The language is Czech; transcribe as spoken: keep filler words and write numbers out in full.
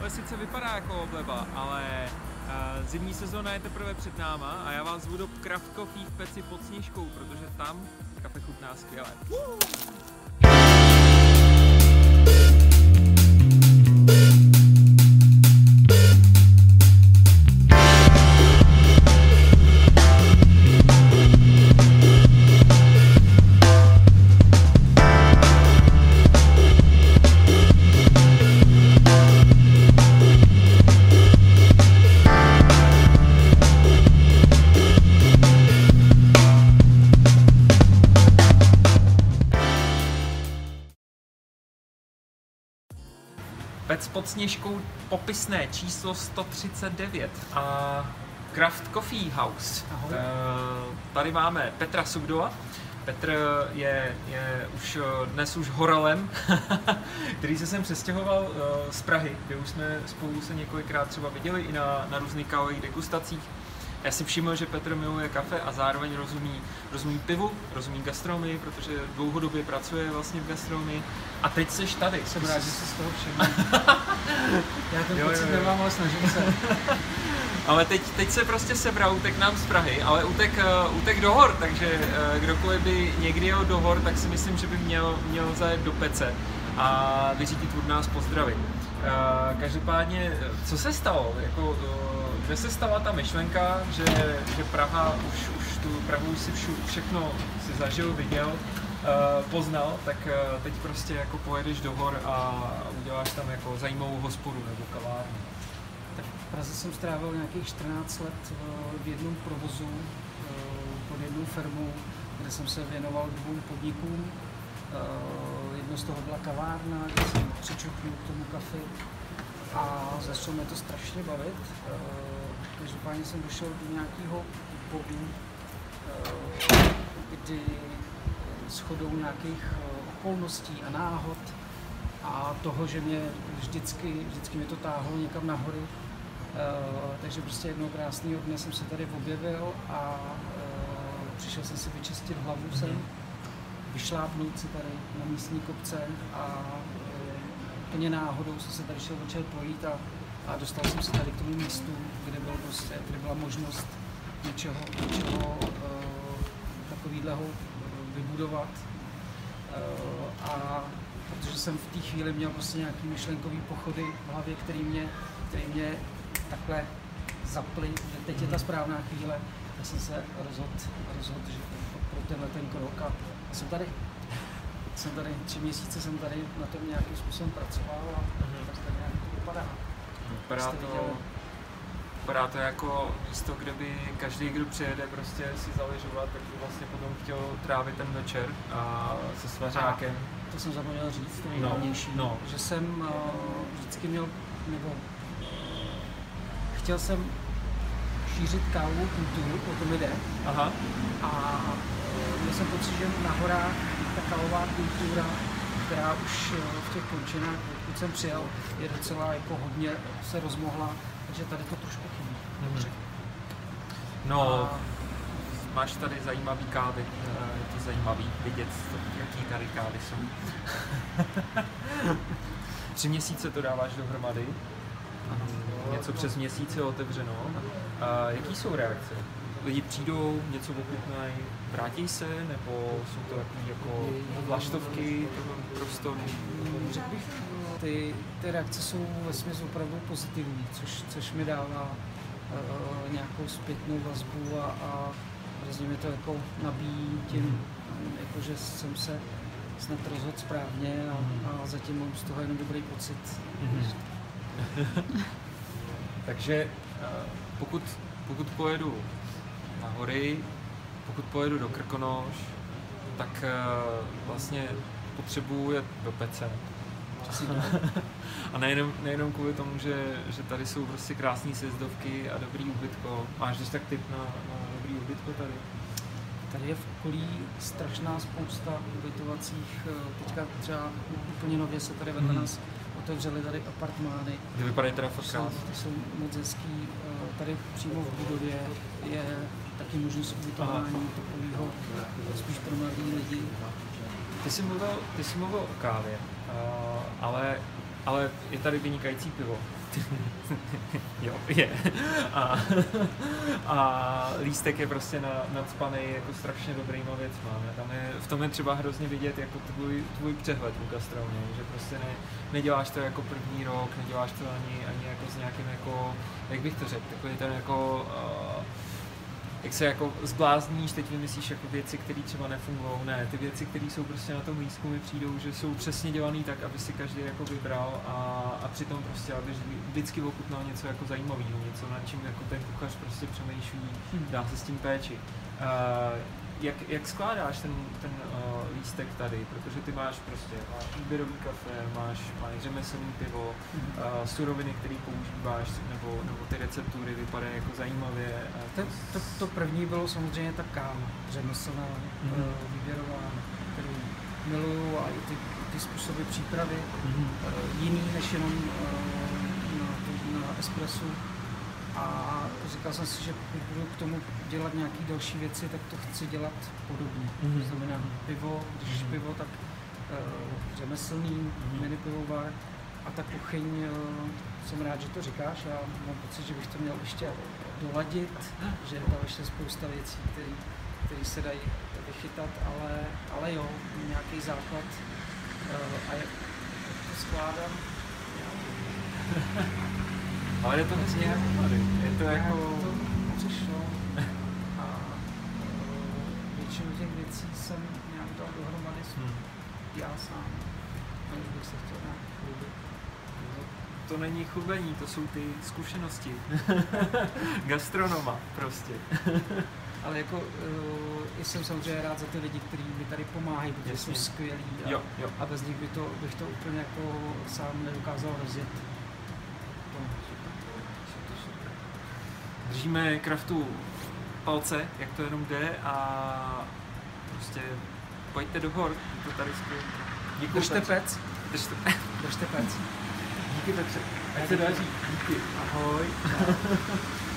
tohle sice vypadá jako obleba, ale uh, zimní sezóna je teprve před náma a já vás zvu do Craft Coffee v Peci pod Sněžkou, protože tam kafe chutná skvěle. Pec pod Sněžkou, popisné číslo sto třicet devět a Craft Coffee House. Ahoj. Tady máme Petra Sugdova. Petr je, je už dnes už horalem, který se sem přestěhoval z Prahy, kde už jsme spolu se několikrát třeba viděli i na, na různých kávových degustacích. Já si všiml, že Petr miluje kafe a zároveň rozumí, rozumí pivu, rozumí gastronomii, protože dlouhodobě pracuje vlastně v gastronomii. A teď seš tady. Jsem rád, že jsi z toho všiml. Já ten pocit nemám, ale snažím se. Ale teď, teď se prostě sebral, utek nám z Prahy, ale utek, utek do hor, takže kdokoliv by někdy jel do hor, tak si myslím, že by měl, měl zajet do Pece a vyřídit od nás pozdravy. Každopádně, co se stalo? Jako, kde se stala ta myšlenka, že, že Praha, už, už tu Prahu si všu, všechno si zažil, viděl, poznal, tak teď prostě jako pojedeš do hor a uděláš tam jako zajímavou hospodu nebo kavárnu. Tak v Praze jsem strávil nějakých čtrnáct let v jednom provozu pod jednou firmou, kde jsem se věnoval dvou podnikům. Jedno z toho byla kavárna, kde jsem přičuchnul k tomu kafi a začalo mě to strašně bavit. Každopádně jsem došel do nějakého bodu, kdy shodou nějakých okolností a náhod a toho, že mě vždycky, vždycky mě to táhlo někam nahoru. Takže prostě jednoho krásného dne jsem se tady objevil a přišel jsem si vyčistit hlavu sem, vyšlápnout si tady na místní kopce a plně náhodou jsem se tady šel večer projít a, a dostal jsem se tady k tomu místu, kde, byl prostě, kde byla možnost něčeho, něčeho uh, takovýhleho vybudovat. Uh, a protože jsem v té chvíli měl prostě nějaký myšlenkový pochody v hlavě, který mě, který mě takhle zaply, že teď je ta správná chvíle, tak jsem se rozhodl, rozhodl že pro tenhle ten krok a jsem tady. Jsem tady, tři měsíce jsem tady na tom nějakým způsobem pracoval a mm-hmm. tak tady nějak to vypadá. Vypadá to, vypadá to jako místo, kde by každý, kdo přijede prostě si zaližovat, tak by vlastně potom chtěl trávit ten večer a se svařákem. A to jsem zapomněl říct, to nejhlavnější, no, no. že jsem uh, vždycky měl, nebo uh, chtěl jsem šířit kávovou kulturu, o tom jde. Aha. A uh, měl jsem pocit, že na horách ta kávová kultura, která už v těch končinách, odkud jsem přijel, je docela jako hodně se rozmohla, takže tady to trošku chybí. Mm-hmm. No, a... máš tady zajímavý kávy, je to zajímavý vidět, jaký tady kávy jsou. Tři měsíce to dáváš dohromady, něco přes měsíc je otevřeno. A jaký jsou reakce? Lidi přijdou, něco ochutnají, vrátí se, nebo jsou to takové jako vlaštovky toho prostoru? Řekl bych, ty, ty reakce jsou vesměs opravdu pozitivní, což, což mi dává uh, nějakou zpětnou vazbu a, a hrozně mi to jako nabíjí tím, mm. jako, že jsem se snad rozhodl správně a, a zatím mám z toho jenom dobrý pocit. Mm. Takže uh, pokud, pokud pojedu na hory, pokud pojedu do Krkonoš, tak uh, vlastně potřebuji jet do Pece. A nejenom, nejenom kvůli tomu, že, že tady jsou prostě krásné sjezdovky a dobrý ubytko. Máš když tak tip na, na dobrý ubytko tady? Tady je v okolí strašná spousta ubytovacích, teďka třeba úplně nově se tady vedle nás otevřely tady apartmány. Ty vypadají teda fakt krásně. Ty jsou moc hezký. Tady přímo v budově je taky možnost ubytování takového spíš pro mladý lidi. Ty jsi mluvil, ty jsi mluvil o kávě, uh, ale ale je tady vynikající pivo. Jo, je. A, a lístek je prostě na, nacpaný jako strašně dobrýma věcma. Ne? Tam je, v tom je třeba hrozně vidět jako tvůj, tvůj přehled u gastronomie, že prostě ne, neděláš to jako první rok, neděláš to ani, ani jako s nějakým jako, jak bych to řekl, takový ten jako, uh, jak se jako zblázníš, teď vymyslíš jako věci, které třeba nefungují. Ne, ty věci, které jsou prostě na tom lístku, mi přijdou, že jsou přesně dělané tak, aby si každý jako vybral a, a přitom prostě, aby vždycky ochutnal něco jako zajímavého, něco, nad čím jako ten kuchař prostě přemýšlí, dá se s tím péči. Uh, jak, jak skládáš ten, ten uh, lístek tady, protože ty máš prostě, máš výběrový kafe, máš, máš řemeslný pivo, uh, suroviny, které používáš, nebo, nebo ty receptury vypadají jako zajímavě. To, to, to první bylo samozřejmě ta káva, řemeslná, mm-hmm. uh, výběrová, kterou miluju, a i ty, ty způsoby přípravy, mm-hmm. uh, jiný než jenom uh, na, to, na espresso. A říkal jsem si, že pokud budu k tomu dělat nějaké další věci, tak to chci dělat podobně. Mm-hmm. To znamená pivo, když mm-hmm. pivo, tak uh, řemeslný, mm-hmm. mini pivovar, a ta kuchyň, uh, jsem rád, že to říkáš, já mám pocit, že bych to měl ještě doladit, že je tam ještě spousta věcí, které se dají vychytat, ale, ale jo, nějaký základ. Uh, a jak to skládám? Ale je to hezky dohromady. Je to jako... to přišlo a většinu těch věcí jsem nějak dal dohromady hmm. já sám. Aniž bych se chtěl nějak chlubit. To není chlubení, to jsou ty zkušenosti. Gastronoma prostě. Ale jako uh, jsem samozřejmě rád za ty lidi, kteří mi tady pomáhají, protože jsou skvělí a, jo, jo. a bez nich by to, bych to úplně jako sám nedokázal rozjet. Držíme Craftu palce, jak to jenom jde, a prostě pojďte do hor, to tady skvělé. Děkuji. Držte pec. Držte, Držte pec. Díky Petře. Ať se daří. Díky. Ahoj.